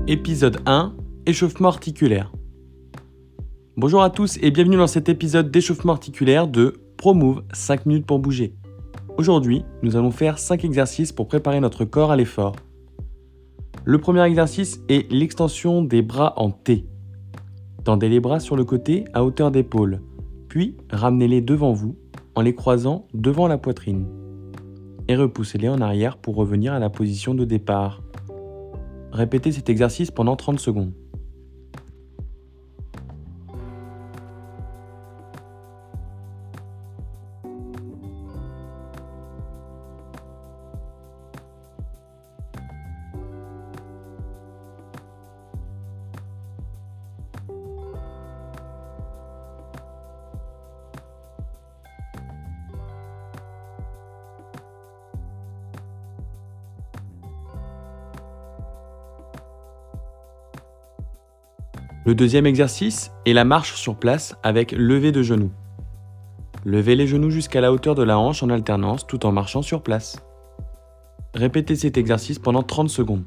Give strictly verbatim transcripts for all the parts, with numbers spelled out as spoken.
Épisode un, échauffement articulaire. Bonjour à tous et bienvenue dans cet épisode d'échauffement articulaire de ProMove cinq minutes pour bouger. Aujourd'hui, nous allons faire cinq exercices pour préparer notre corps à l'effort. Le premier exercice est l'extension des bras en T. Tendez les bras sur le côté à hauteur d'épaule, puis ramenez-les devant vous en les croisant devant la poitrine. Et repoussez-les en arrière pour revenir à la position de départ. Répétez cet exercice pendant trente secondes. Le deuxième exercice est la marche sur place avec levé de genoux. Levez les genoux jusqu'à la hauteur de la hanche en alternance tout en marchant sur place. Répétez cet exercice pendant trente secondes.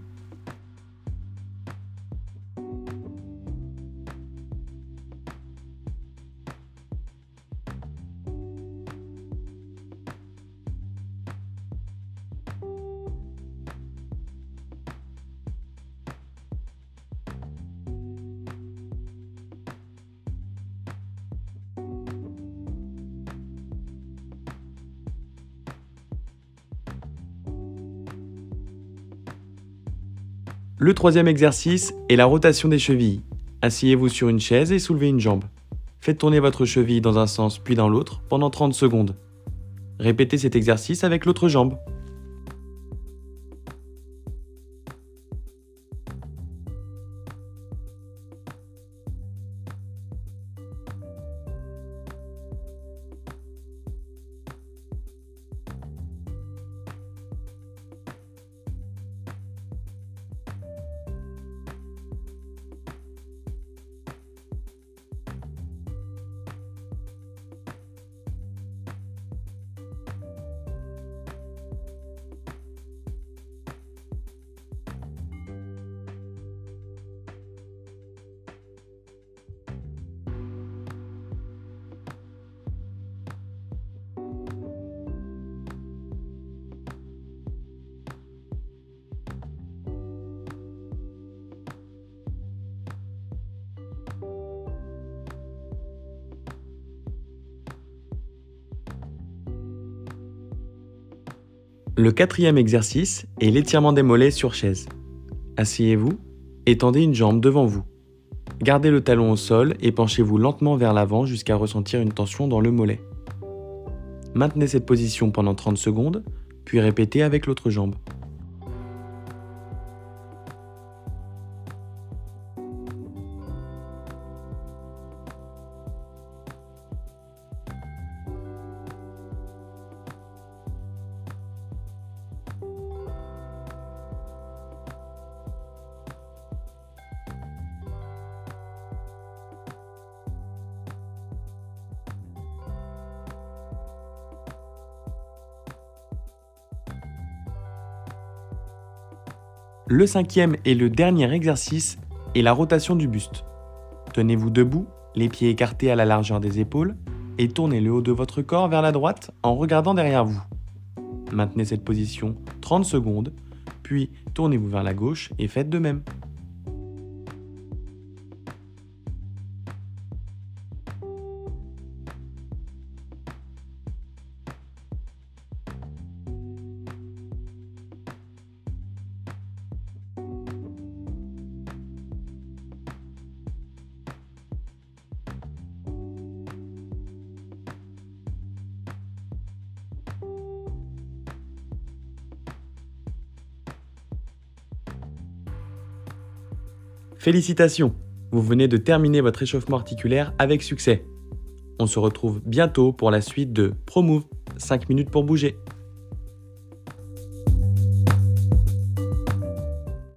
Le troisième exercice est la rotation des chevilles. Asseyez-vous sur une chaise et soulevez une jambe. Faites tourner votre cheville dans un sens puis dans l'autre pendant trente secondes. Répétez cet exercice avec l'autre jambe. Le quatrième exercice est l'étirement des mollets sur chaise. Asseyez-vous et tendez une jambe devant vous. Gardez le talon au sol et penchez-vous lentement vers l'avant jusqu'à ressentir une tension dans le mollet. Maintenez cette position pendant trente secondes, puis répétez avec l'autre jambe. Le cinquième et le dernier exercice est la rotation du buste. Tenez-vous debout, les pieds écartés à la largeur des épaules et tournez le haut de votre corps vers la droite en regardant derrière vous. Maintenez cette position trente secondes, puis tournez-vous vers la gauche et faites de même. Félicitations, vous venez de terminer votre échauffement articulaire avec succès. On se retrouve bientôt pour la suite de ProMove cinq minutes pour bouger.